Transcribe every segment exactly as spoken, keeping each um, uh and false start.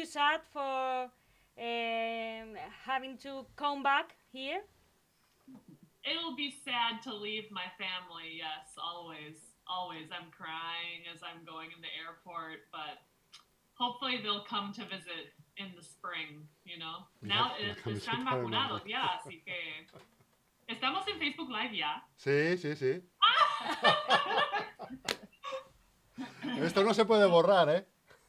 sad for um, having to come back here? It'll be sad to leave my family, yes, always. Always. I'm crying as I'm going in the airport, but hopefully they'll come to visit in the spring, you know? Now La- la eh, están camiseta de vacunados Madrid. ya, así que... ¿Estamos en Facebook Live ya? Sí, sí, sí. Esto no se puede borrar, ¿eh?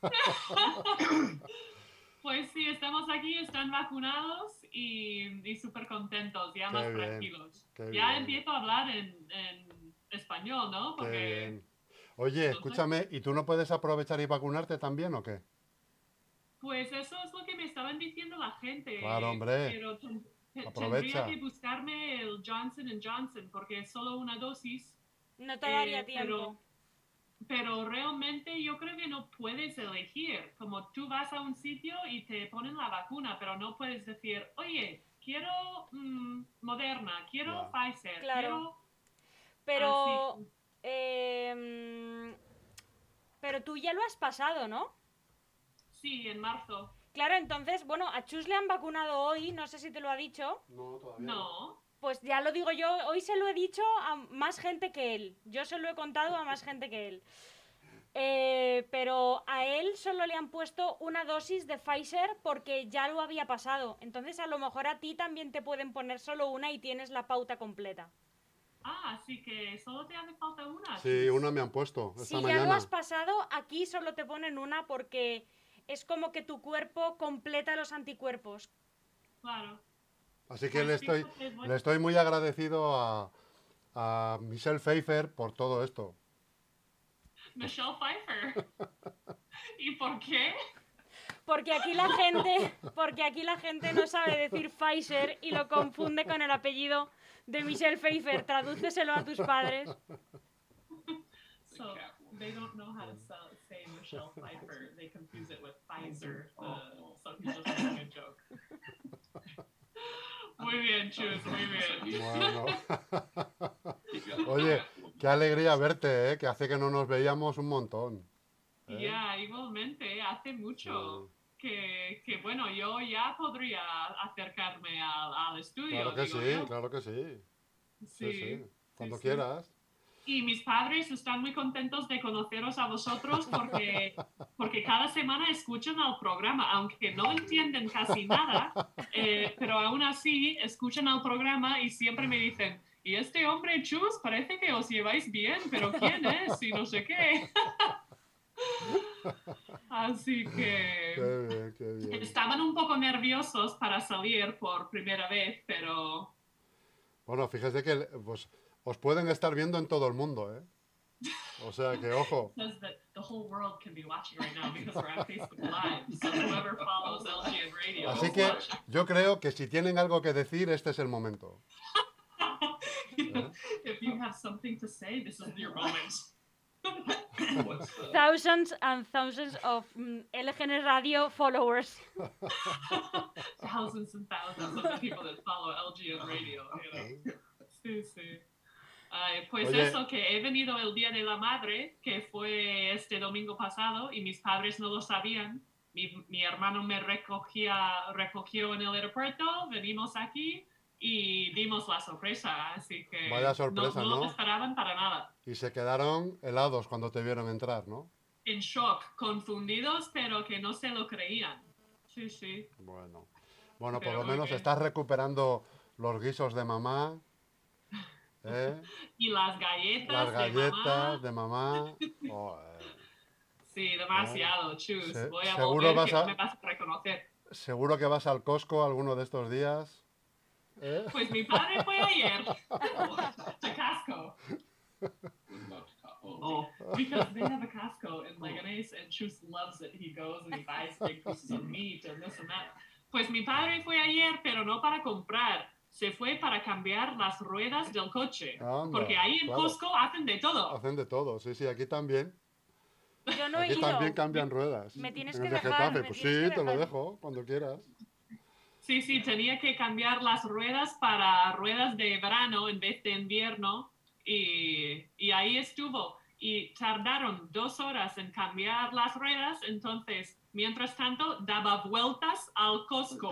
Pues sí, estamos aquí, están vacunados y, y súper contentos, ya Qué más bien, tranquilos. qué Ya bien. empiezo a hablar en, en español, ¿no? Qué Porque... bien. Oye, no sé. escúchame, ¿y tú no puedes aprovechar y vacunarte también o qué? Pues eso es lo que me estaban diciendo la gente. Claro, hombre. Pero ten- te- Aprovecha. tendría que buscarme el Johnson and Johnson porque es solo una dosis. No te daría eh, tiempo. pero, pero realmente yo creo que no puedes elegir. Como tú vas a un sitio y te ponen la vacuna, pero no puedes decir, oye, quiero mm, Moderna, quiero Ya. Pfizer, Claro. quiero... Pero... Así. em, pero tú ya lo has pasado, ¿no? Sí, en marzo. Claro, entonces, bueno, a Chus le han vacunado hoy, no sé si te lo ha dicho. No, todavía No. Pues ya lo digo yo, hoy se lo he dicho a más gente que él. Yo se lo he contado a más gente que él. Eh, pero a él solo le han puesto una dosis de Pfizer porque ya lo había pasado. Entonces a lo mejor a ti también te pueden poner solo una y tienes la pauta completa. Ah, así que solo te hace falta una. Sí, una me han puesto esta Si ya mañana. lo has pasado, aquí solo te ponen una porque es como que tu cuerpo completa los anticuerpos. Claro. Así que Pues le sí, estoy, pues voy- le estoy muy agradecido a, a Michelle Pfeiffer por todo esto. Michelle Pfeiffer. ¿Y por qué? Porque aquí la gente, porque aquí la gente no sabe decir Pfizer y lo confunde con el apellido de Michelle Pfeiffer. Tradúceselo a tus padres. So they don't know how to sell, say Michelle Pfeiffer. They confuse it with Pfizer. Uh, so he's just making a joke. Muy bien, Chus, muy bien. Bueno. Oye, qué alegría verte, ¿eh? Que hace que no nos veíamos un montón. ¿eh? Ya, igualmente, hace mucho. Sí. Que, que bueno, yo ya podría acercarme al, al estudio. Claro que digo sí, yo. claro que sí. Sí, sí. Cuando sí. quieras. Y mis padres están muy contentos de conoceros a vosotros porque, porque cada semana escuchan al programa, aunque no entienden casi nada, eh, pero aún así escuchan al programa y siempre me dicen, y este hombre Chus, parece que os lleváis bien, pero ¿quién es? Y no sé qué. Así que Qué bien, qué bien. estaban un poco nerviosos para salir por primera vez, pero... Bueno, fíjese que pues, os pueden estar viendo en todo el mundo, ¿eh? O sea que, ojo. Says that the whole world can be watching right now because we're on Facebook Live. So whoever follows L G N Radio Así is que watching. yo creo que si tienen algo que decir, este es el momento. You know, if you have something to say, this is your moment. What's the, Thousands and thousands of mm, L G N Radio followers. Thousands and thousands of the people that follow L G N Radio. You know? Sí, sí. Ay, pues Oye. eso, que he venido el Día de la Madre, que fue este domingo pasado, y mis padres no lo sabían. Mi, mi hermano me recogía, recogió en el aeropuerto, venimos aquí y dimos la sorpresa, así que Vaya sorpresa, no, no ¿no? lo esperaban para nada. Y se quedaron helados cuando te vieron entrar, ¿no? En shock, confundidos, pero que no se lo creían. Sí, sí. Bueno, bueno, por Pero lo muy menos bien. estás recuperando los guisos de mamá, ¿eh? Y las galletas Las de galletas mamá. de mamá. Joder. Sí, demasiado, chus. Se- Voy a seguro volver vas que a- no me vas a reconocer. Seguro que vas al Costco alguno de estos días. ¿eh? Pues mi padre fue ayer to Costco. not, oh, Oh, because they have a Costco in Leganés and Chus loves it. He goes and he buys big pieces of meat and this and that. Pues mi padre fue ayer, pero no para comprar. Se fue para cambiar las ruedas del coche. Anda, Porque ahí en claro. Costco hacen de todo. Hacen de todo, sí, sí, aquí también. Yo no he Aquí ido. también cambian ruedas. Me tienes En que el de dejar, Getafe, me pues tienes sí, que te lo dejar. dejo, cuando quieras. Sí, sí, tenía que cambiar las ruedas para ruedas de verano en vez de invierno y, y ahí estuvo. Y tardaron dos horas en cambiar las ruedas, entonces Mientras tanto, daba vueltas al Costco.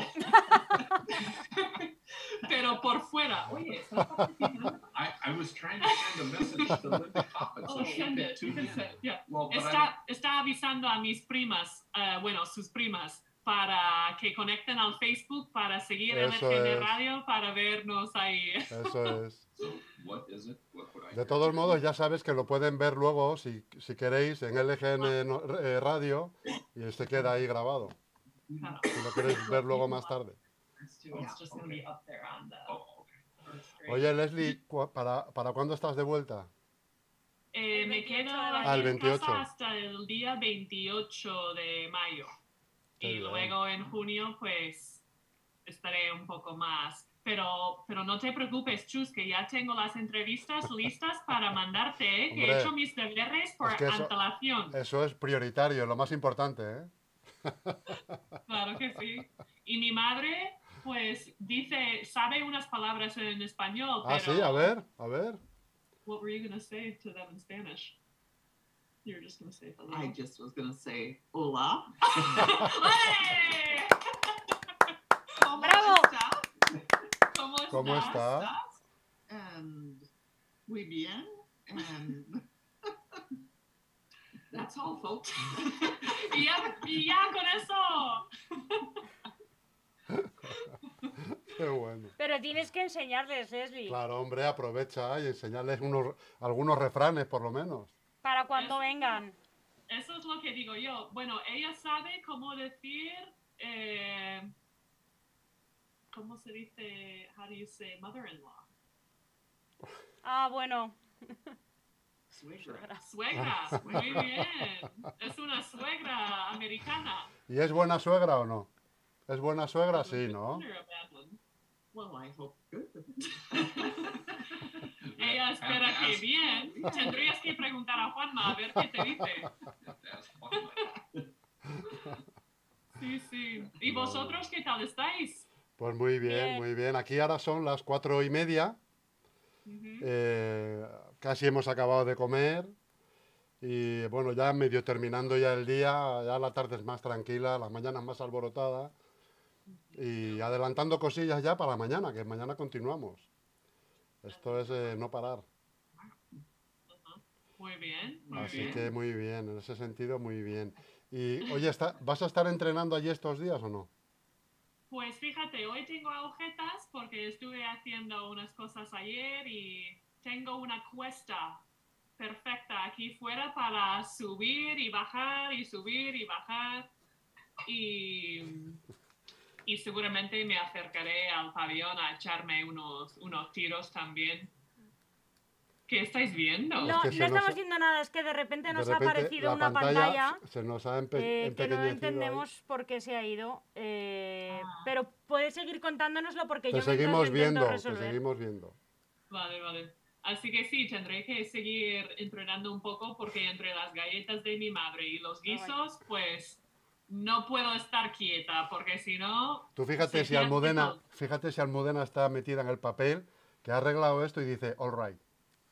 Pero por fuera. Oye, ¿estás participando? I, I was trying to send a message to Linda Coppin so Oh, she send could it. You tune can in. send- yeah. Well, but I Está, está avisando a mis primas, eh, bueno, sus primas, para que conecten al Facebook, para seguir Eso L G B es. Radio, para vernos ahí. Eso es. So, what is it? What would I De hear? todos modos, ya sabes que lo pueden ver luego, si, si queréis, en L G N no- eh, Radio y se queda ahí grabado. Claro. Si lo queréis ver luego más tarde. It's just going to be up there on the Oh, okay. first screen. Oye, Leslie, cu- ¿para, ¿para cuándo estás de vuelta? Eh, El me veintiocho quedo de aquí mayo. Ah, el en veintiocho. casa hasta el día veintiocho de mayo. Qué Y bien. luego en junio, pues, estaré un poco más. Pero, pero no te preocupes, Chus, que ya tengo las entrevistas listas para mandarte, ¿eh? que Hombre, he hecho mis deberes por es que eso- antelación. Eso es prioritario, lo más importante, ¿eh? Claro que sí. Y mi madre, pues, dice, sabe unas palabras en español, pero... Ah, sí, a ver, a ver. What were you going to say to them in Spanish? You were just going to say hello. I just was gonna say hola. ¡Hey! ¿Cómo ¡Bravo! estás? ¿Cómo estás? ¿Cómo está? And muy bien. And that's all, folks. y, ya, y ya con eso. Qué bueno. Pero tienes que enseñarles, Leslie, Claro, hombre, aprovecha y enseñarles unos, algunos refranes, por lo menos. para cuando Eso- vengan. Eso es lo que digo yo. Bueno, ella sabe cómo decir... Eh, ¿Cómo se dice? How do you say mother-in-law? Ah, bueno. Suegra. Suegra. Muy bien. Es una suegra americana. ¿Y es buena suegra o no? ¿Es buena suegra? Sí, ¿no? Consider a bad one. Well, I hope good. Ella espera Have to que ask. bien. Tendrías que preguntar a Juanma a ver qué te dice. That's fun. Sí, sí. ¿Y vosotros qué tal estáis? Pues muy bien, Bien. muy bien. Aquí ahora son las cuatro y media. Ujú. Eh, casi hemos acabado de comer. Y bueno, ya medio terminando ya el día. Ya la tarde es más tranquila, la mañana es más alborotada. Y adelantando cosillas ya para mañana, que mañana continuamos. Esto es eh, no parar. Ajá. Muy bien, muy Así bien. que muy bien, en ese sentido muy bien. Y oye, está- ¿vas a estar entrenando allí estos días o no? Pues fíjate, hoy tengo agujetas porque estuve haciendo unas cosas ayer y tengo una cuesta perfecta aquí fuera para subir y bajar y subir y bajar y, y seguramente me acercaré al pabellón a echarme unos, unos tiros también. ¿Qué estáis viendo? No, que no se nos estamos ha- viendo nada, es que de repente De nos repente, ha aparecido la una pantalla, se- se nos ha empe- eh, que no empequeñecido ahí. entendemos por qué se ha ido. eh, Ah. Pero puedes seguir contándonoslo porque Te yo mientras lo seguimos intento viendo, te resolver. seguimos viendo. Vale, vale. Así que sí, tendré que seguir entrenando un poco porque entre las galletas de mi madre y los guisos, pues no puedo estar quieta porque si no... Tú fíjate se si pierde Almudena, todo. fíjate si Almudena está metida en el papel, que ha arreglado esto y dice, all right.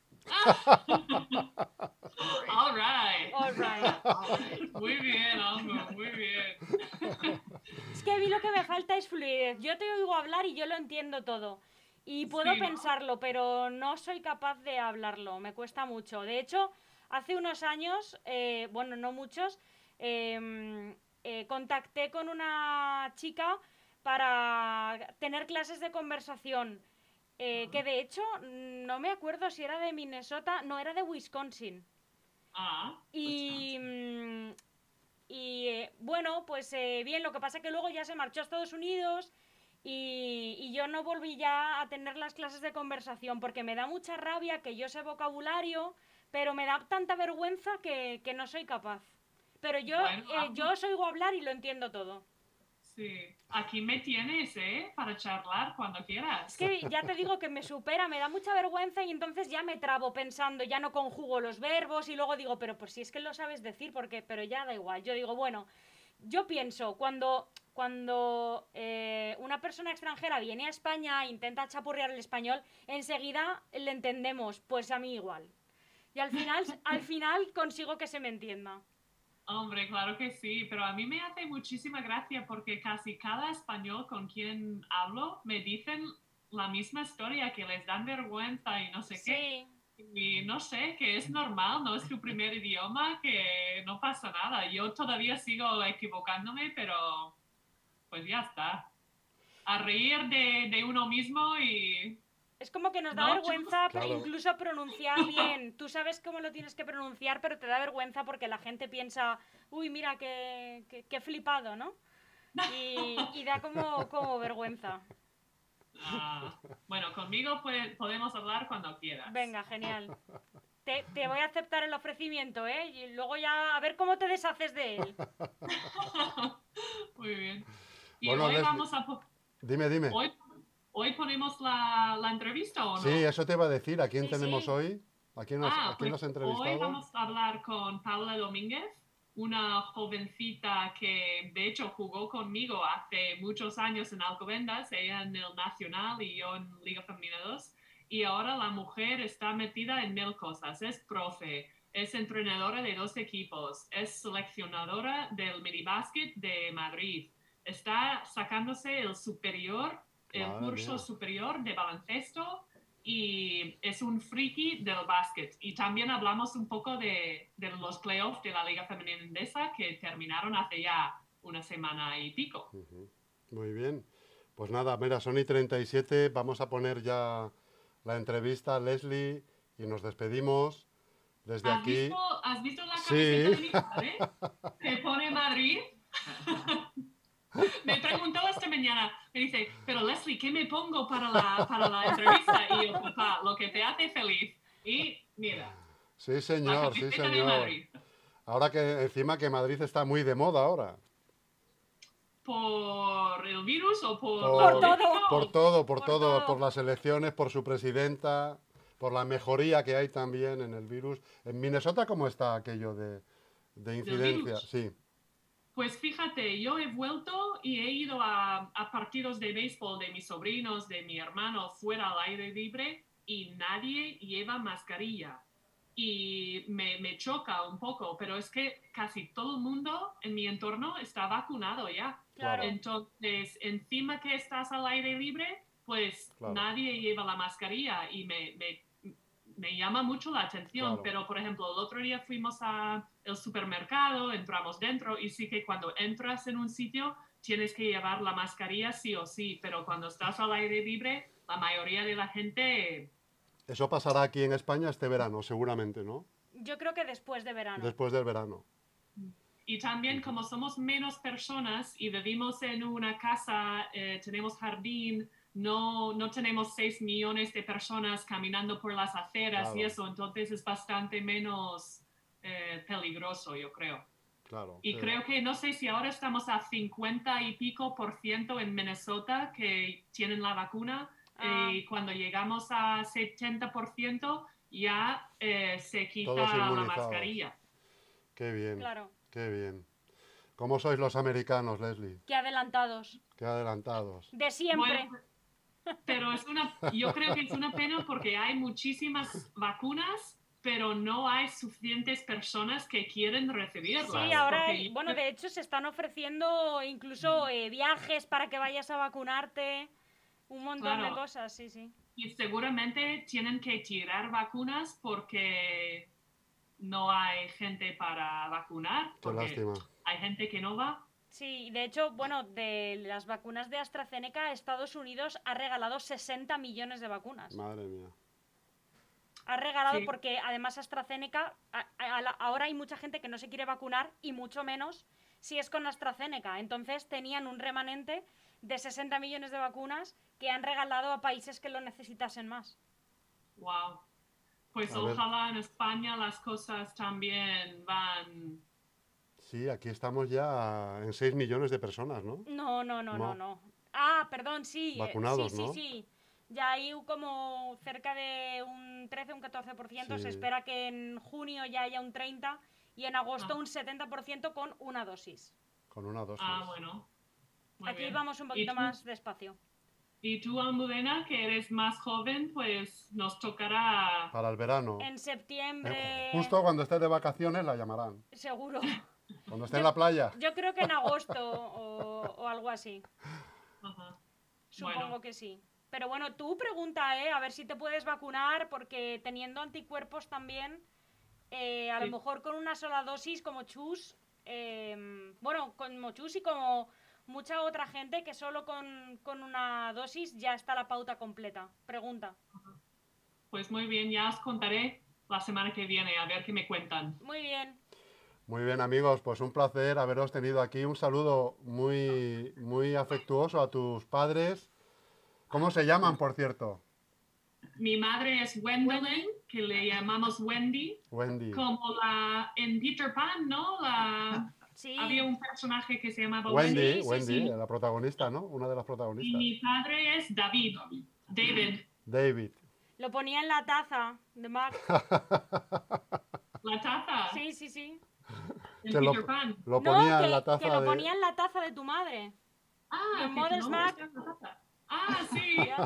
All right. All right. All right. Muy bien, Almo, muy bien. Es que a mí lo que me falta es fluidez. Yo te oigo hablar y yo lo entiendo todo. Y puedo Sí, ¿no? pensarlo, pero no soy capaz de hablarlo. Me cuesta mucho. De hecho, hace unos años, eh, bueno, no muchos, eh, eh, contacté con una chica para tener clases de conversación. eh, que de hecho, no me acuerdo si era de Minnesota, no, era de Wisconsin. Ah, Y, mm, y eh, bueno, pues eh, bien, lo que pasa es que luego ya se marchó a Estados Unidos y, y yo no volví ya a tener las clases de conversación porque me da mucha rabia que yo sé vocabulario, pero me da tanta vergüenza que, que no soy capaz. Pero yo, Bueno, eh, ah. yo os oigo hablar y lo entiendo todo. sí. Aquí me tienes, ¿eh? Para charlar cuando quieras. Es que ya te digo que me supera, me da mucha vergüenza y entonces ya me trabo pensando, ya no conjugo los verbos y luego digo, pero pues si es que lo sabes decir, porque, pero ya da igual. Yo digo, bueno, yo pienso, cuando, cuando eh, una persona extranjera viene a España e intenta chapurrear el español, enseguida le entendemos, pues a mí igual. Y al final, al final consigo que se me entienda. Hombre, claro que sí, pero a mí me hace muchísima gracia porque casi cada español con quien hablo me dicen la misma historia, que les dan vergüenza y no sé qué. Sí, Y no sé, que es normal, no es tu primer idioma, que no pasa nada. Yo todavía sigo equivocándome, pero pues ya está. A reír de, de uno mismo y... es como que nos da ¿No, vergüenza pero Claro. incluso pronunciar bien. Tú sabes cómo lo tienes que pronunciar, pero te da vergüenza porque la gente piensa, uy, mira, qué, qué, qué flipado, ¿no? Y, y da como, como vergüenza. Ah, bueno, conmigo puede- podemos hablar cuando quieras. Venga, genial. Te, te voy a aceptar el ofrecimiento, ¿eh? Y luego ya a ver cómo te deshaces de él. Muy bien. Y Bueno, hoy Leslie, vamos a... po- dime, dime. Hoy, hoy ponemos la, la entrevista o Sí, no? eso te iba a decir. ¿A quién Sí, tenemos sí. hoy? ¿A quién has, Ah, a quién pues has hoy entrevistado? vamos a hablar con Paula Domínguez, una jovencita que de hecho jugó conmigo hace muchos años en Alcobendas, ella en el Nacional y yo en Liga Femenina dos. Y ahora la mujer está metida en mil cosas. Es profe, es entrenadora de dos equipos, es seleccionadora del minibásquet de Madrid. Está sacándose el superior, el Madre curso mía. superior de baloncesto y es un friki del básquet. Y también hablamos un poco de, de los playoffs de la Liga Femenina Endesa que terminaron hace ya una semana y pico. Ujú. Muy bien. Pues nada, mira, son y treinta y siete. Vamos a poner ya la entrevista a Leslie y nos despedimos desde ¿Has visto, aquí. ¿has visto la Sí. camiseta de mi padre? Que pone Madrid. Me preguntó esta mañana, me dice, pero Leslie, ¿qué me pongo para la, para la entrevista? Y yo, papá, lo que te hace feliz. Y mira, Sí, la señor, sí, camiseta de señor. Madrid. Ahora que encima que Madrid está muy de moda ahora. ¿Por el virus o por, Por- la Por política? todo. Por todo, por, Por todo, todo. por las elecciones, por su presidenta, por la mejoría que hay también en el virus. En Minnesota, ¿cómo está aquello de, de incidencia? virus? Sí, Pues fíjate, yo he vuelto y he ido a, a partidos de béisbol de mis sobrinos, de mi hermano, fuera al aire libre y nadie lleva mascarilla. Y me, me choca un poco, pero es que casi todo el mundo en mi entorno está vacunado ya. Claro. Entonces, encima que estás al aire libre, pues Claro. nadie lleva la mascarilla y me, me, me llama mucho la atención. Claro. Pero, por ejemplo, el otro día fuimos al supermercado, entramos dentro y sí que cuando entras en un sitio tienes que llevar la mascarilla sí o sí, pero cuando estás al aire libre, la mayoría de la gente... eso pasará aquí en España este verano, seguramente, ¿no? Yo creo que después de verano. Después del verano. Y también como somos menos personas y vivimos en una casa, eh, tenemos jardín, no, no tenemos seis millones de personas caminando por las aceras y Claro. eso, entonces es bastante menos eh, peligroso, yo creo. Claro. Y sí. creo que, no sé si ahora estamos a cincuenta y pico por ciento en Minnesota que tienen la vacuna Ah. y cuando llegamos a setenta por ciento ya eh, se quita Todos la inmunizados. mascarilla. Qué bien, Claro. qué bien. ¿Cómo sois los americanos, Leslie? Qué adelantados. Qué adelantados. De siempre. Bueno, pero es una, yo creo que es una pena porque hay muchísimas vacunas, pero no hay suficientes personas que quieren recibirlas. Sí, ahora, porque hay- yo bueno, creo- de hecho se están ofreciendo incluso eh, viajes para que vayas a vacunarte, un montón de Claro. cosas, sí, sí. Y seguramente tienen que tirar vacunas porque no hay gente para vacunar, Qué porque lástima. hay gente que no va. Sí, de hecho, bueno, de las vacunas de AstraZeneca, Estados Unidos ha regalado sesenta millones de vacunas. Madre mía. Ha regalado Sí. porque además AstraZeneca, a- a la- ahora hay mucha gente que no se quiere vacunar y mucho menos si es con AstraZeneca. Entonces tenían un remanente de sesenta millones de vacunas que han regalado a países que lo necesitasen más. Wow. Pues A ver. ojalá en España las cosas también van. Sí, aquí estamos ya en seis millones de personas, ¿no? No, no, no, no, No. no. Ah, perdón, sí. eh, Vacunados, sí, sí, ¿no? sí. Ya hay como cerca de un trece, un catorce por ciento. Sí. Se espera que en junio ya haya un treinta por ciento y en agosto Ah. un setenta por ciento con una dosis. Con una dosis. Ah, bueno. Muy Aquí bien. vamos un ¿Y poquito tú? más despacio. Y tú, Almudena, que eres más joven, pues nos tocará. Para el verano. En septiembre... Eh, Justo cuando estés de vacaciones la llamarán. Seguro. Cuando esté en la playa. Yo creo que en agosto o, o algo así. Ajá. Supongo Bueno. que sí. Pero bueno, tú pregunta, ¿eh? A ver si te puedes vacunar, porque teniendo anticuerpos también, eh, a Sí. lo mejor con una sola dosis, como Chus, eh, bueno, como Chus y como mucha otra gente que solo con, con una dosis ya está la pauta completa. Pregunta. Pues muy bien, ya os contaré la semana que viene, a ver qué me cuentan. Muy bien. Muy bien, amigos, pues un placer haberos tenido aquí. Un saludo muy, muy afectuoso a tus padres. ¿Cómo se llaman, por cierto? Mi madre es Wendelin, que le llamamos Wendy, Wendy. como la en Peter Pan, ¿no? La, Sí. había un personaje que se llamaba Wendy, Wendy. sí, Wendy, sí. la protagonista, ¿no? Una de las Y protagonistas. mi padre es David. David. David. David. Lo ponía en la taza de Mac. La taza. Sí, sí, sí. En Que lo, Peter Pan. lo No, ponía que, en la que taza lo de... ponía en la taza de tu madre. Ah, The que Mother's no Mac. está en la taza. Ah, sí. Ya.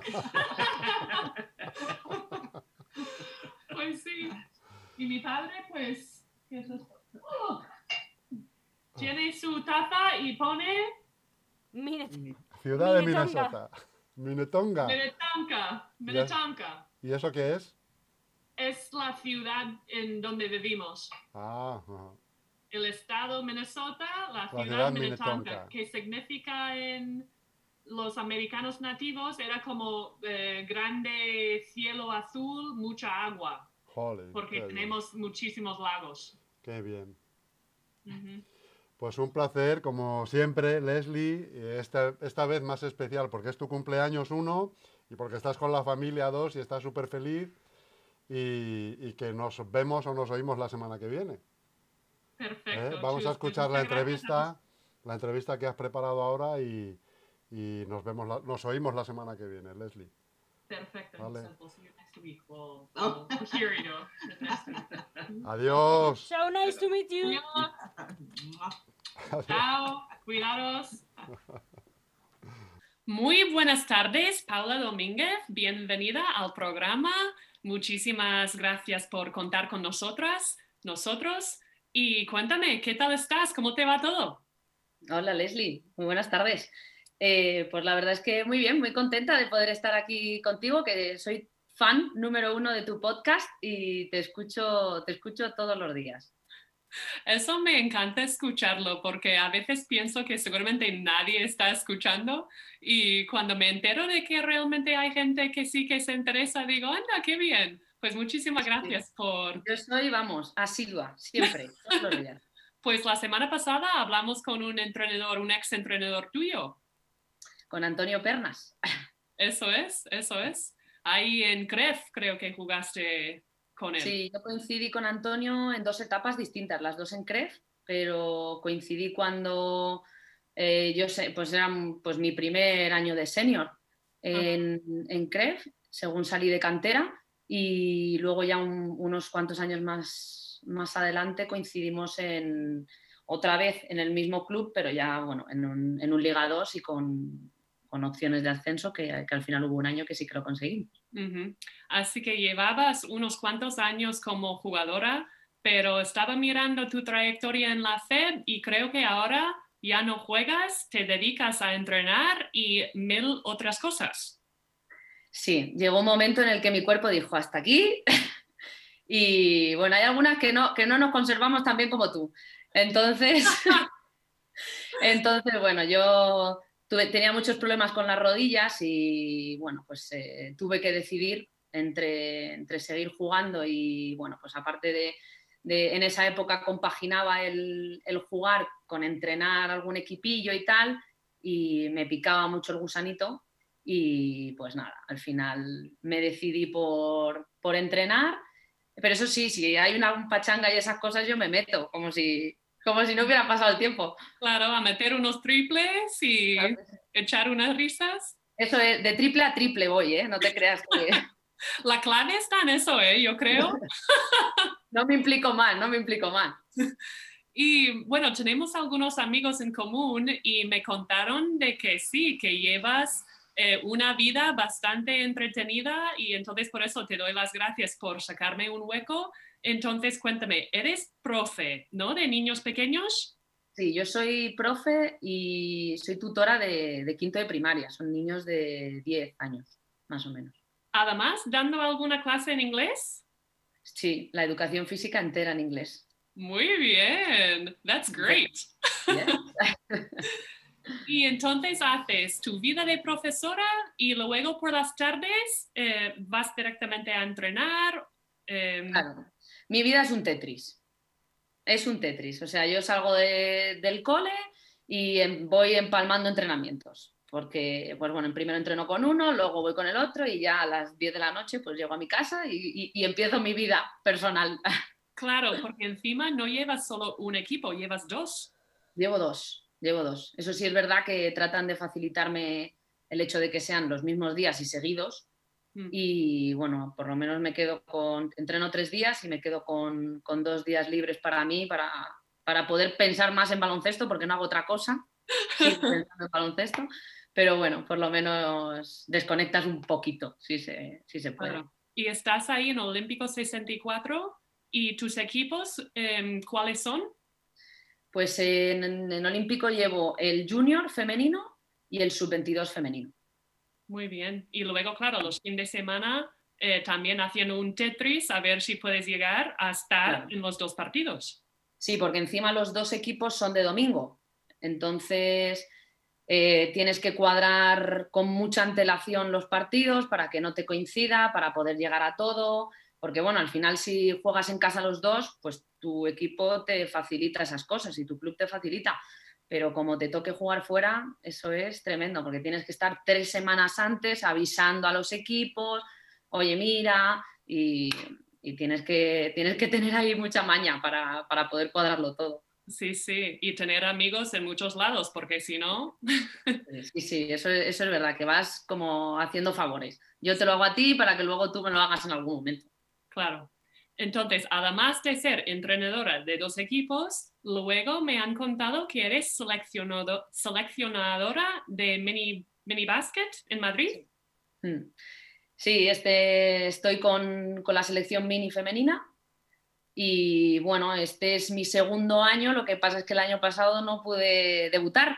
Pues sí. Y mi padre, pues, ¿qué es esto? ¡Oh! Tiene su taza y pone Mire, Ciudad de Minnetonka. Minnesota. Minnetonka. Minnetonka. Minnetonka. ¿Y eso qué es? Es la ciudad en donde vivimos. Ah, ajá. El estado Minnesota, la ciudad, ciudad Minnetonka, Minnetonka. que significa en los americanos nativos era como eh, grande cielo azul, mucha agua, Jolín, porque qué bien. tenemos muchísimos lagos. Qué bien. Ujú. Pues un placer, como siempre, Leslie. y Esta, esta vez más especial porque es tu cumpleaños uno y porque estás con la familia dos y estás súper feliz. Y, y que nos vemos o nos oímos la semana que viene. Perfecto. ¿eh? Vamos Chus, a pues escuchar la muchas gracias a entrevista, la entrevista que has preparado ahora y, y nos vemos, la- nos oímos la semana que viene, Leslie. Perfecto. Vale. Entonces, we'll see you next week. We'll, we'll hear you next week. Adiós. so nice to meet you. Adiós. Chao. Cuidados. Muy buenas tardes, Paula Domínguez. Bienvenida al programa. Muchísimas gracias por contar con nosotras, nosotros. Y cuéntame, ¿qué tal estás? ¿Cómo te va todo? Hola Leslie, muy buenas tardes. Eh, pues la verdad es que muy bien, muy contenta de poder estar aquí contigo, que soy fan número uno de tu podcast y te escucho, te escucho todos los días. Eso me encanta escucharlo porque a veces pienso que seguramente nadie está escuchando y cuando me entero de que realmente hay gente que sí que se interesa, digo, anda, qué bien. Pues muchísimas gracias por... Yo soy, vamos, asidua, siempre, todos los días. Pues la semana pasada hablamos con un entrenador, un ex entrenador tuyo. Con Antonio Pernas. Eso es, eso es. Ahí en Cref creo que jugaste con él. Sí, yo coincidí con Antonio en dos etapas distintas, las dos en Cref, pero coincidí cuando eh, yo sé, pues era pues, mi primer año de senior en, en Cref, según salí de cantera, y luego ya un, unos cuantos años más, más adelante coincidimos en, otra vez en el mismo club, pero ya bueno, en un, en un Liga dos y con, con opciones de ascenso, que, que al final hubo un año que sí que lo conseguimos. Uh-huh. Así que llevabas unos cuantos años como jugadora, pero estaba mirando tu trayectoria en la F E D y creo que ahora ya no juegas, te dedicas a entrenar y mil otras cosas. Sí, llegó un momento en el que mi cuerpo dijo hasta aquí y bueno, hay algunas que no, que no nos conservamos tan bien como tú. Entonces, entonces bueno, yo tuve, tenía muchos problemas con las rodillas y bueno, pues eh, tuve que decidir entre, entre seguir jugando y bueno, pues aparte de, de en esa época compaginaba el, el jugar con entrenar algún equipillo y tal y me picaba mucho el gusanito y pues nada, al final me decidí por, por entrenar, pero eso sí, si hay una pachanga y esas cosas yo me meto, como si... Como si no hubiera pasado el tiempo. Claro, a meter unos triples y claro, echar unas risas. Eso es, de triple a triple voy, ¿eh? No te creas que... La clave está en eso, ¿eh? Yo creo. No me implico mal, no me implico mal. Y bueno, tenemos algunos amigos en común y me contaron de que sí, que llevas eh, una vida bastante entretenida y entonces por eso te doy las gracias por sacarme un hueco. Entonces, cuéntame, eres profe, ¿no? De niños pequeños. Sí, yo soy profe y soy tutora de, de quinto de primaria. Son niños de diez años, más o menos. Además, ¿dando alguna clase en inglés? Sí, la educación física entera en inglés. Muy bien, that's great. Yeah. Y entonces haces tu vida de profesora y luego por las tardes eh, vas directamente a entrenar. Eh... Claro. Mi vida es un Tetris. Es un Tetris. O sea, yo salgo de, del cole y em, voy empalmando entrenamientos. Porque, pues bueno, primero entreno con uno, luego voy con el otro y ya a las diez de la noche pues llego a mi casa y, y, y empiezo mi vida personal. Claro, porque encima no llevas solo un equipo, llevas dos. Llevo dos, llevo dos. Eso sí es verdad que tratan de facilitarme el hecho de que sean los mismos días y seguidos. Mm. Y bueno, por lo menos me quedo con, entreno tres días y me quedo con, con dos días libres para mí, para, para poder pensar más en baloncesto, porque no hago otra cosa, sigo pensando en baloncesto. Pero bueno, por lo menos desconectas un poquito, si se, si se puede. Claro. Y estás ahí en Olímpicos sesenta y cuatro, ¿y tus equipos eh, cuáles son? Pues en, en Olímpico llevo el junior femenino y el sub veintidós femenino. Muy bien. Y luego, claro, los fines de semana eh, también haciendo un Tetris a ver si puedes llegar a estar claro. en los dos partidos. Sí, porque encima los dos equipos son de domingo. Entonces eh, tienes que cuadrar con mucha antelación los partidos para que no te coincida, para poder llegar a todo. Porque bueno, al final si juegas en casa los dos, pues tu equipo te facilita esas cosas y tu club te facilita. Pero como te toque jugar fuera, eso es tremendo, porque tienes que estar tres semanas antes avisando a los equipos, oye, mira, y, y tienes, que, tienes que tener ahí mucha maña para, para poder cuadrarlo todo. Sí, sí, y tener amigos en muchos lados, porque si no... Sí, sí, eso, eso es verdad, que vas como haciendo favores. Yo te lo hago a ti para que luego tú me lo hagas en algún momento. Claro. Entonces, además de ser entrenadora de dos equipos, luego me han contado que eres seleccionado, seleccionadora de mini, mini basket en Madrid. Sí, este, estoy con, con la selección mini femenina y bueno, este es mi segundo año, lo que pasa es que el año pasado no pude debutar.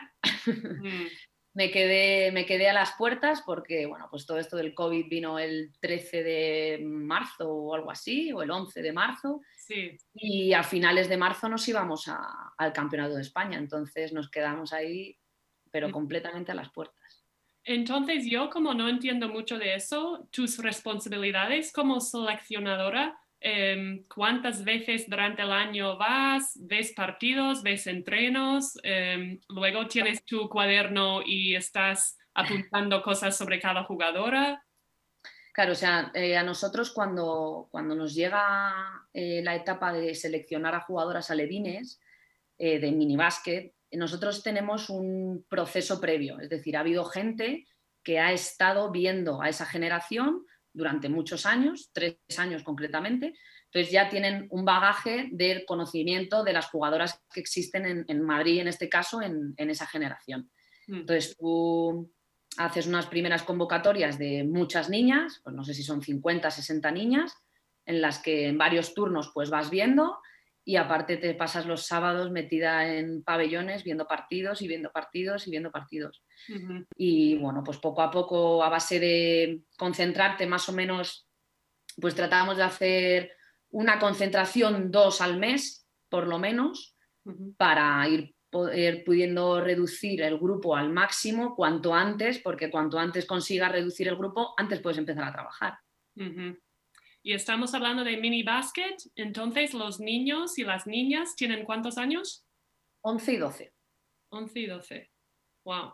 Mm. Me quedé, me quedé a las puertas porque, bueno, pues todo esto del COVID vino el trece de marzo o algo así, o el once de marzo. Sí. Y a finales de marzo nos íbamos a, al Campeonato de España. Entonces nos quedamos ahí, pero completamente a las puertas. Entonces yo, como no entiendo mucho de eso, tus responsabilidades como seleccionadora, eh, ¿cuántas veces durante el año vas? ¿Ves partidos? ¿Ves entrenos? Eh, luego tienes tu cuaderno y estás apuntando cosas sobre cada jugadora. Claro, o sea, eh, a nosotros cuando, cuando nos llega eh, la etapa de seleccionar a jugadoras alevines eh, de minibásquet, nosotros tenemos un proceso previo, es decir, ha habido gente que ha estado viendo a esa generación durante muchos años, tres años concretamente, entonces ya tienen un bagaje del conocimiento de las jugadoras que existen en, en Madrid, en este caso, en, en esa generación. Entonces tú haces unas primeras convocatorias de muchas niñas, pues no sé si son cincuenta, sesenta niñas, en las que en varios turnos pues vas viendo y aparte te pasas los sábados metida en pabellones viendo partidos y viendo partidos y viendo partidos. Uh-huh. Y bueno, pues poco a poco, a base de concentrarte más o menos, pues tratamos de hacer una concentración dos al mes, por lo menos, uh-huh. para ir poder, pudiendo reducir el grupo al máximo cuanto antes, porque cuanto antes consigas reducir el grupo, antes puedes empezar a trabajar. Uh-huh. Y estamos hablando de mini basket, entonces los niños y las niñas tienen ¿cuántos años? once y doce. once y doce. Wow.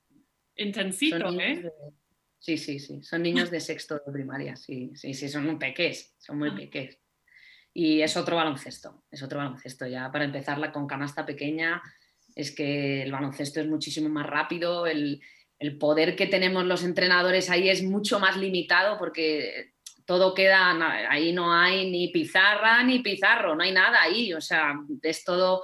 Intensito, ¿eh? De... Sí, sí, sí. Son niños de sexto de primaria, sí, sí, sí, son muy pequeños, son muy pequeños. Y es otro baloncesto, es otro baloncesto. Ya para empezarla con canasta pequeña, es que el baloncesto es muchísimo más rápido, el, el poder que tenemos los entrenadores ahí es mucho más limitado porque todo queda, ahí no hay ni pizarra ni pizarro, no hay nada ahí, o sea, es todo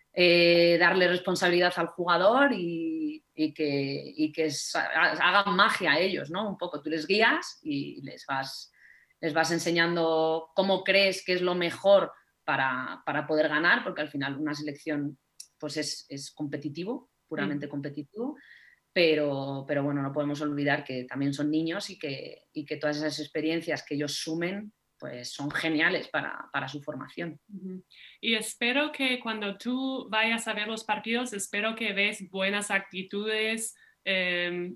eh, darle responsabilidad al jugador y, y que, y que hagan magia a ellos, ¿no? Un poco, tú les guías y les vas les vas enseñando cómo crees que es lo mejor para, para poder ganar, porque al final una selección pues es, es competitivo, puramente mm. competitivo, pero, pero bueno, no podemos olvidar que también son niños y que, y que todas esas experiencias que ellos sumen pues son geniales para, para su formación. Uh-huh. Y espero que cuando tú vayas a ver los partidos, espero que ves buenas actitudes, eh,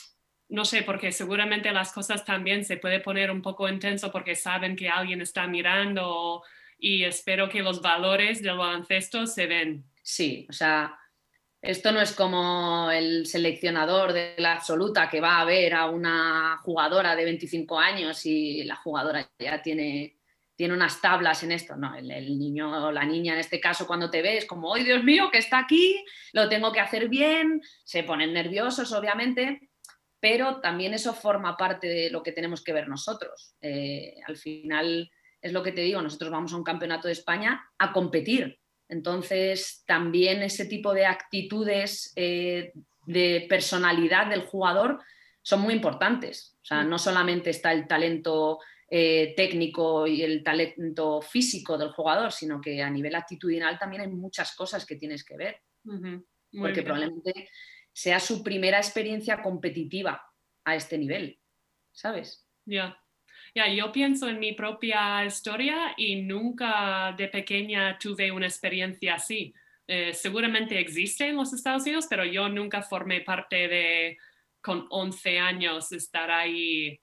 no sé, porque seguramente las cosas también se puede poner un poco intenso porque saben que alguien está mirando, y espero que los valores del baloncesto se ven. Sí, o sea, esto no es como el seleccionador de la absoluta que va a ver a una jugadora de veinticinco años y la jugadora ya tiene, tiene unas tablas en esto. No, el, el niño o la niña en este caso cuando te ve es como, ¡ay, Dios mío, que está aquí! Lo tengo que hacer bien. Se ponen nerviosos, obviamente, pero también eso forma parte de lo que tenemos que ver nosotros. Eh, al final, es lo que te digo, nosotros vamos a un campeonato de España a competir. Entonces, también ese tipo de actitudes eh, de personalidad del jugador son muy importantes. O sea, no solamente está el talento eh, técnico y el talento físico del jugador, sino que a nivel actitudinal también hay muchas cosas que tienes que ver. Uh-huh. Porque bien. Probablemente sea su primera experiencia competitiva a este nivel, ¿sabes? Ya. Yeah. Yeah, yo pienso en mi propia historia y nunca de pequeña tuve una experiencia así. Eh, seguramente existe en los Estados Unidos, pero yo nunca formé parte de, con once años, estar ahí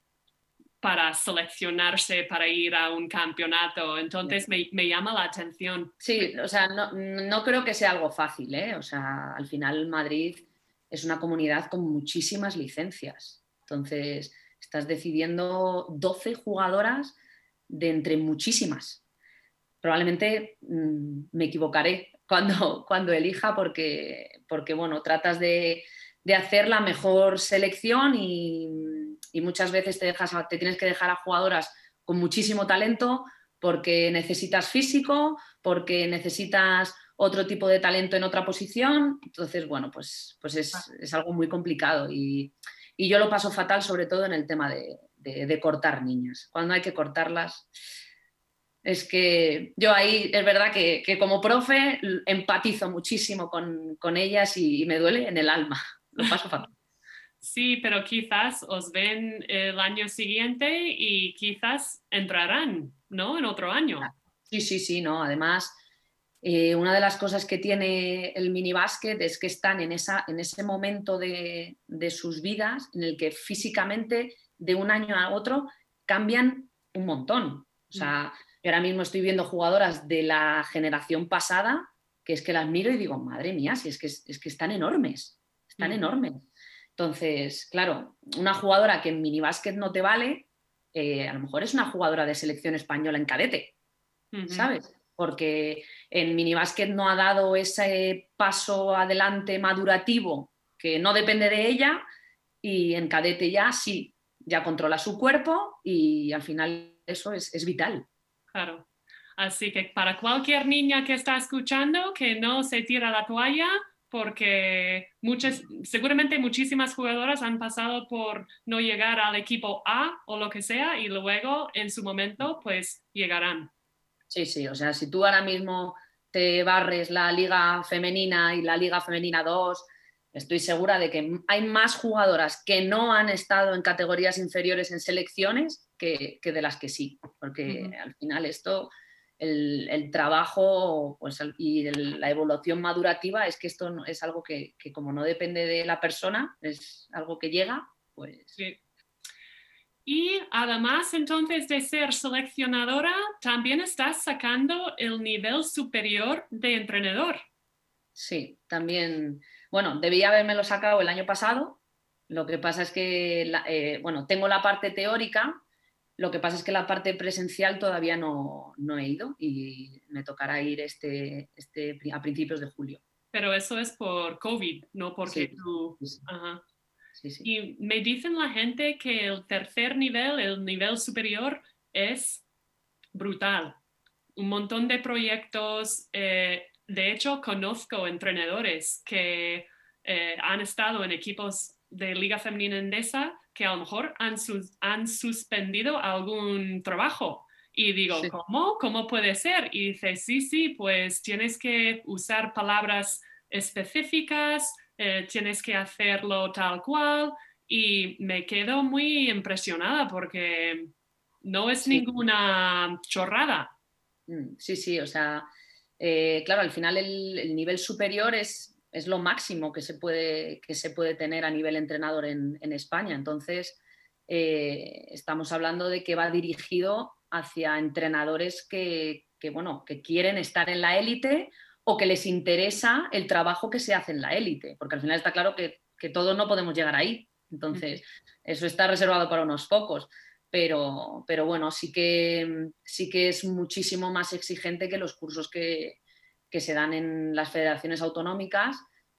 para seleccionarse para ir a un campeonato. Entonces me, me llama la atención. Sí, o sea, no, no creo que sea algo fácil, ¿eh? O sea, al final Madrid es una comunidad con muchísimas licencias. Entonces, estás decidiendo doce jugadoras de entre muchísimas. Probablemente mmm, me equivocaré cuando, cuando elija porque, porque bueno, tratas de, de hacer la mejor selección y, y muchas veces te, dejas, te tienes que dejar a jugadoras con muchísimo talento porque necesitas físico, porque necesitas otro tipo de talento en otra posición. Entonces, bueno, pues, pues es, es algo muy complicado y Y yo lo paso fatal, sobre todo en el tema de, de, de cortar niñas. Cuando hay que cortarlas, es que yo ahí es verdad que, que como profe empatizo muchísimo con, con ellas y, y me duele en el alma. Lo paso fatal. Sí, pero quizás os ven el año siguiente y quizás entrarán, ¿no? En otro año. Sí, sí, sí, no. Además, Eh, una de las cosas que tiene el minibásquet es que están en, esa, en ese momento de, de sus vidas en el que físicamente de un año a otro cambian un montón. O sea, yo ahora mismo estoy viendo jugadoras de la generación pasada que es que las miro y digo, madre mía, si es que, es que están enormes, están mm. enormes. Entonces, claro, una jugadora que en minibásquet no te vale, eh, a lo mejor es una jugadora de selección española en cadete, uh-huh. ¿sabes? Porque en minibásquet no ha dado ese paso adelante madurativo que no depende de ella y en cadete ya sí, ya controla su cuerpo y al final eso es, es vital. Claro. Así que para cualquier niña que está escuchando, que no se tira la toalla porque muchas, seguramente muchísimas jugadoras han pasado por no llegar al equipo A o lo que sea y luego en su momento pues llegarán. Sí, sí, o sea, si tú ahora mismo te barres la Liga Femenina y la Liga Femenina dos, estoy segura de que hay más jugadoras que no han estado en categorías inferiores en selecciones que, que de las que sí, porque uh-huh. al final esto, el, el trabajo pues, y el, la evolución madurativa es que esto no, es algo que, que como no depende de la persona, es algo que llega, pues... Sí. Y además, entonces, de ser seleccionadora, también estás sacando el nivel superior de entrenador. Sí, también, bueno, debía habérmelo sacado el año pasado. Lo que pasa es que, la, eh, bueno, tengo la parte teórica, lo que pasa es que la parte presencial todavía no, no he ido y me tocará ir este, este, a principios de julio. Pero eso es por COVID, no porque sí, tú... Sí, sí. Ajá. Sí, sí. Y me dicen la gente que el tercer nivel, el nivel superior, es brutal. Un montón de proyectos. Eh, de hecho, conozco entrenadores que eh, han estado en equipos de Liga Femenina Endesa que a lo mejor han, sus, han suspendido algún trabajo. Y digo, Sí. ¿cómo? ¿Cómo puede ser? Y dice, sí, sí, pues tienes que usar palabras específicas, eh, tienes que hacerlo tal cual. Y me quedo muy impresionada porque no es Sí. ninguna chorrada. Mm, Sí, sí, o sea, eh, claro, al final el, el nivel superior es, es lo máximo que se puede, que se puede tener a nivel entrenador en, en España. Entonces, eh, estamos hablando de que va dirigido hacia entrenadores que, que, bueno, que quieren estar en la élite o que les interesa el trabajo que se hace en la élite, porque al final está claro que, que todos no podemos llegar ahí. Entonces, eso está reservado para unos pocos. Pero, pero bueno, sí que, sí que es muchísimo más exigente que los cursos que, que se dan en las federaciones autonómicas.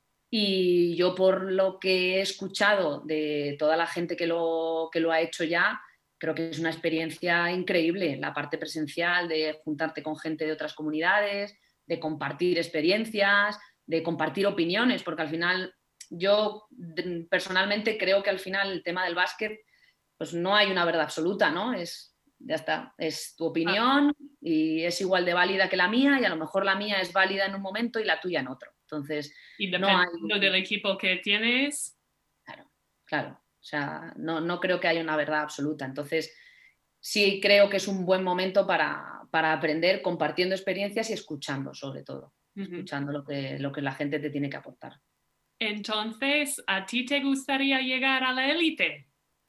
Y yo, por lo que he escuchado de toda la gente que lo, que lo ha hecho ya, creo que es una experiencia increíble, la parte presencial, de juntarte con gente de otras comunidades, de compartir experiencias, de compartir opiniones, porque al final yo personalmente creo que al final el tema del básquet, pues no hay una verdad absoluta, ¿no? Es, ya está, es tu opinión y es igual de válida que la mía y a lo mejor la mía es válida en un momento y la tuya en otro. Entonces, Y no hay... dependiendo del equipo que tienes. Claro, claro. O sea, no, no creo que haya una verdad absoluta. Entonces, sí creo que es un buen momento para, para aprender compartiendo experiencias y escuchando, sobre todo. Uh-huh. Escuchando lo que, lo que la gente te tiene que aportar. Entonces, ¿a ti te gustaría llegar a la élite?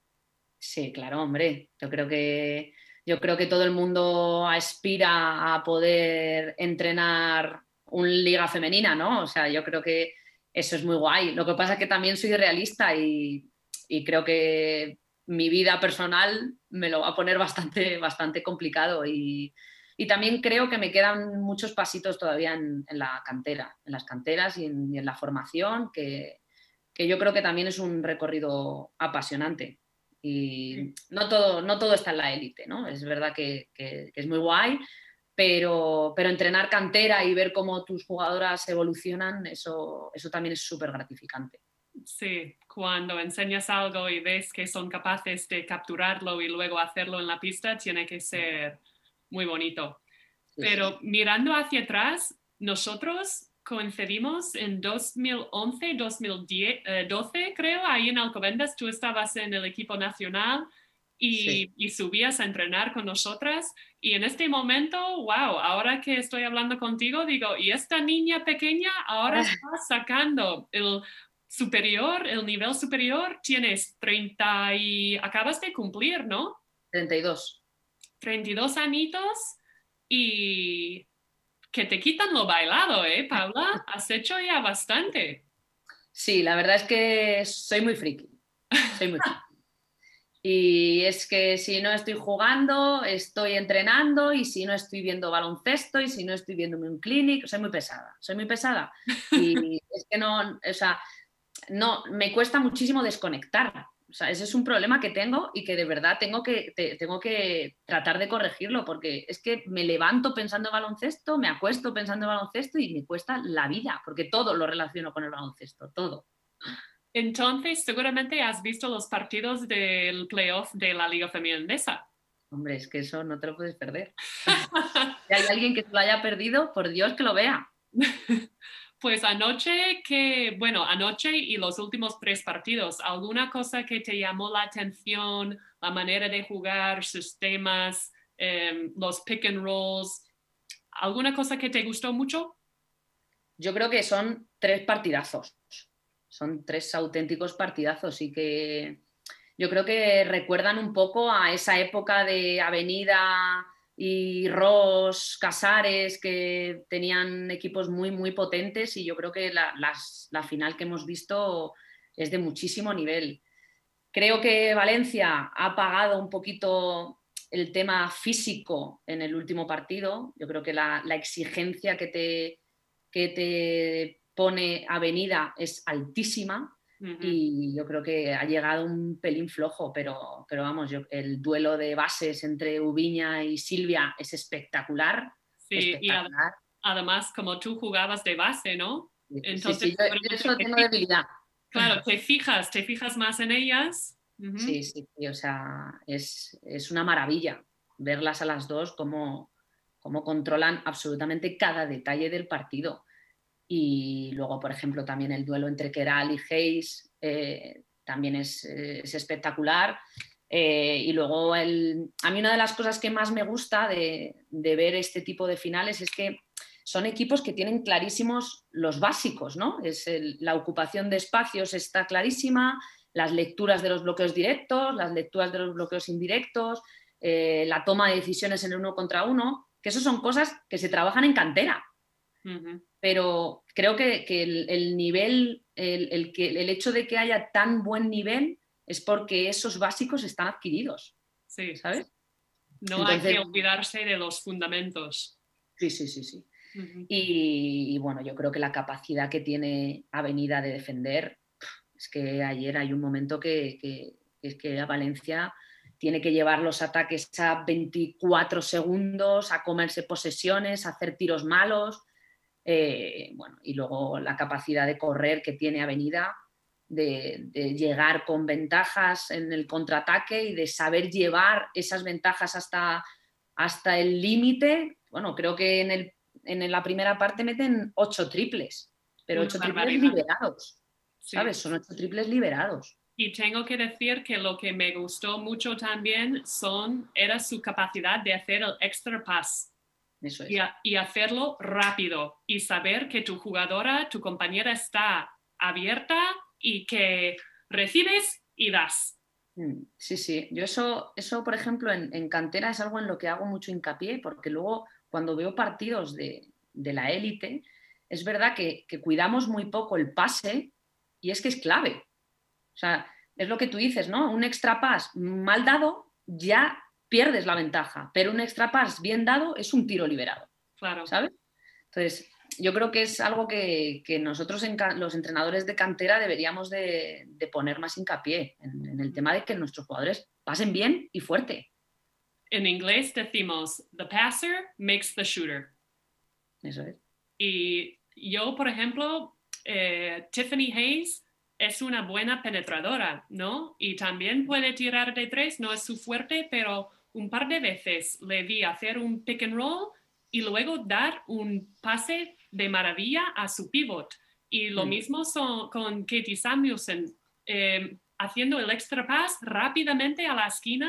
Sí, claro, hombre. Yo creo que, yo creo que todo el mundo aspira a poder entrenar una liga femenina, ¿no? O sea, yo creo que eso es muy guay. Lo que pasa es que también soy realista y, y creo que mi vida personal me lo va a poner bastante, bastante complicado y, y también creo que me quedan muchos pasitos todavía en, en la cantera, en las canteras y en, y en la formación, que, que yo creo que también es un recorrido apasionante. Y no todo, no todo está en la élite, ¿no? Es verdad que, que, que es muy guay, pero, pero entrenar cantera y ver cómo tus jugadoras evolucionan, eso, eso también es súper gratificante. Sí, cuando enseñas algo y ves que son capaces de capturarlo y luego hacerlo en la pista, tiene que ser muy bonito. Sí, Pero sí. mirando hacia atrás, nosotros coincidimos en dos mil once, dos mil doce, creo, ahí en Alcobendas. Tú estabas en el equipo nacional y, Sí. y subías a entrenar con nosotras. Y en este momento, wow, ahora que estoy hablando contigo, digo, y esta niña pequeña ahora está sacando el superior, el nivel superior. Tienes treinta y acabas de cumplir, ¿no? treinta y dos. treinta y dos añitos y que te quitan lo bailado, ¿eh, Paula? Has hecho ya bastante. Sí, la verdad es que soy muy friki. Soy muy friki. Y es que si no estoy jugando, estoy entrenando, y si no estoy viendo baloncesto, y si no estoy viendo un clinic, soy muy pesada, soy muy pesada. Y es que no, o sea, no, me cuesta muchísimo desconectar. O sea, ese es un problema que tengo y que de verdad tengo que, te, tengo que tratar de corregirlo, porque es que me levanto pensando en baloncesto, me acuesto pensando en baloncesto y me cuesta la vida, porque todo lo relaciono con el baloncesto, todo. Entonces, seguramente has visto los partidos del playoff de la Liga Femenina Endesa. Hombre, es que eso no te lo puedes perder. Si hay alguien que se lo haya perdido, por Dios que lo vea. Pues anoche, que, bueno, anoche y los últimos tres partidos, ¿alguna cosa que te llamó la atención? La manera de jugar, sistemas, eh, los pick and rolls, ¿alguna cosa que te gustó mucho? Yo creo que son tres partidazos. Son tres auténticos partidazos y que yo creo que recuerdan un poco a esa época de Avenida y Ross, Casares, que tenían equipos muy, muy potentes, y yo creo que la, las, la final que hemos visto es de muchísimo nivel. Creo que Valencia ha apagado un poquito el tema físico en el último partido. Yo creo que la, la exigencia que te, que te pone Avenida es altísima. Uh-huh. Y yo creo que ha llegado un pelín flojo, pero, pero vamos, yo, el duelo de bases entre Ubiña y Silvia es espectacular. Sí, espectacular. Y además, como tú jugabas de base, ¿no? Sí, Entonces, sí, sí, yo, yo eso tengo debilidad. Claro, te fijas, te fijas más en ellas. Ujú. Sí, sí, sí, o sea, es, es una maravilla verlas a las dos cómo, cómo controlan absolutamente cada detalle del partido. Y luego, por ejemplo, también el duelo entre Keral y Hayes eh, también es, es espectacular. Eh, y luego, el, a mí una de las cosas que más me gusta de, de ver este tipo de finales es que son equipos que tienen clarísimos los básicos, ¿no? Es el, la ocupación de espacios está clarísima, las lecturas de los bloqueos directos, las lecturas de los bloqueos indirectos, eh, la toma de decisiones en el uno contra uno, que eso son cosas que se trabajan en cantera. Ujú. Pero creo que, que el, el nivel, el, el, que, el hecho de que haya tan buen nivel es porque esos básicos están adquiridos, Sí, ¿sabes? no Entonces, hay que olvidarse de los fundamentos. sí, sí, sí, sí. Ujú. Y, y bueno, yo creo que la capacidad que tiene Avenida de defender, es que ayer hay un momento que, que, que es que a Valencia tiene que llevar los ataques a veinticuatro segundos, a comerse posesiones, a hacer tiros malos. Eh, bueno, y luego la capacidad de correr que tiene Avenida, de, de llegar con ventajas en el contraataque y de saber llevar esas ventajas hasta, hasta el límite. Bueno, creo que en, el, en la primera parte meten ocho triples, pero Una ocho triples barbaridad. liberados, Sí. ¿sabes? Son ocho triples liberados. Y tengo que decir que lo que me gustó mucho también son, era su capacidad de hacer el extra pass. Eso es. Y, a, y hacerlo rápido y saber que tu jugadora, tu compañera está abierta y que recibes y das. Sí, sí. Yo eso, eso por ejemplo, en, en cantera es algo en lo que hago mucho hincapié, porque luego cuando veo partidos de, de la élite, es verdad que, que cuidamos muy poco el pase y es que es clave. O sea, es lo que tú dices, ¿no? Un extra pass mal dado ya pierdes la ventaja, pero un extra pass bien dado es un tiro liberado. Claro. ¿Sabes? Entonces, yo creo que es algo que, que nosotros, en, los entrenadores de cantera, deberíamos de, de poner más hincapié en, en el tema de que nuestros jugadores pasen bien y fuerte. En inglés decimos, the passer makes the shooter. Eso es. Y yo, por ejemplo, eh, Tiffany Hayes es una buena penetradora, ¿no? Y también puede tirar de tres, no es su fuerte, pero un par de veces le vi hacer un pick and roll y luego dar un pase de maravilla a su pivot. Y lo mm. mismo son, con Katie Samuelson, eh, haciendo el extra pass rápidamente a la esquina,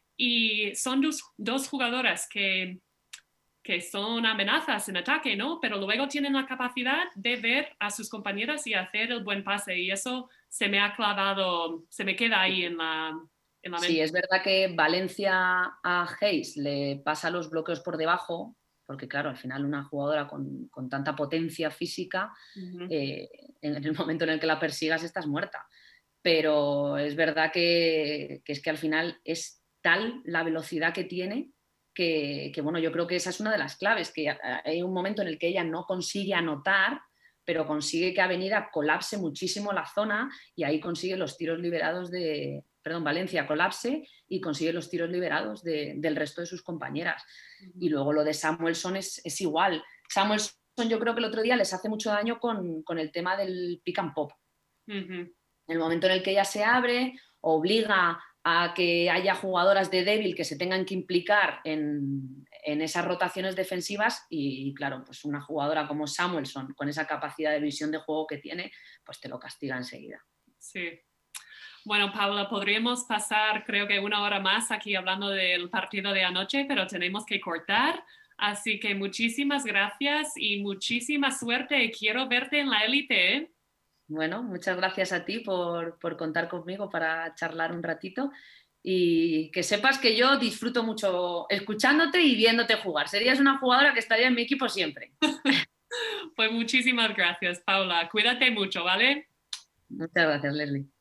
y son dos, dos jugadoras que, que son amenazas en ataque, ¿no? Pero luego tienen la capacidad de ver a sus compañeras y hacer el buen pase, y eso se me ha clavado, se me queda ahí en la, en la mente. Sí, es verdad que Valencia a Hayes le pasa los bloqueos por debajo, porque claro, al final una jugadora con, con tanta potencia física, uh-huh. eh, en el momento en el que la persigas estás muerta. Pero es verdad que, que es que al final es tal la velocidad que tiene que, que, bueno, yo creo que esa es una de las claves, que hay un momento en el que ella no consigue anotar, pero consigue que Avenida colapse muchísimo la zona y ahí consigue los tiros liberados de... Perdón, Valencia colapse y consigue los tiros liberados de, del resto de sus compañeras. Uh-huh. Y luego lo de Samuelson es, es igual. Samuelson yo creo que el otro día les hace mucho daño con, con el tema del pick and pop. Uh-huh. En el momento en el que ella se abre, obliga a que haya jugadoras de débil que se tengan que implicar en, en esas rotaciones defensivas y, claro, pues una jugadora como Samuelson, con esa capacidad de visión de juego que tiene, pues te lo castiga enseguida. Sí. Bueno, Paula, podríamos pasar creo que una hora más aquí hablando del partido de anoche, pero tenemos que cortar. Así que muchísimas gracias y muchísima suerte. Quiero verte en la élite, ¿eh? Bueno, muchas gracias a ti por, por contar conmigo para charlar un ratito y que sepas que yo disfruto mucho escuchándote y viéndote jugar. Serías una jugadora que estaría en mi equipo siempre. Pues muchísimas gracias, Paula. Cuídate mucho, ¿vale? Muchas gracias, Leslie.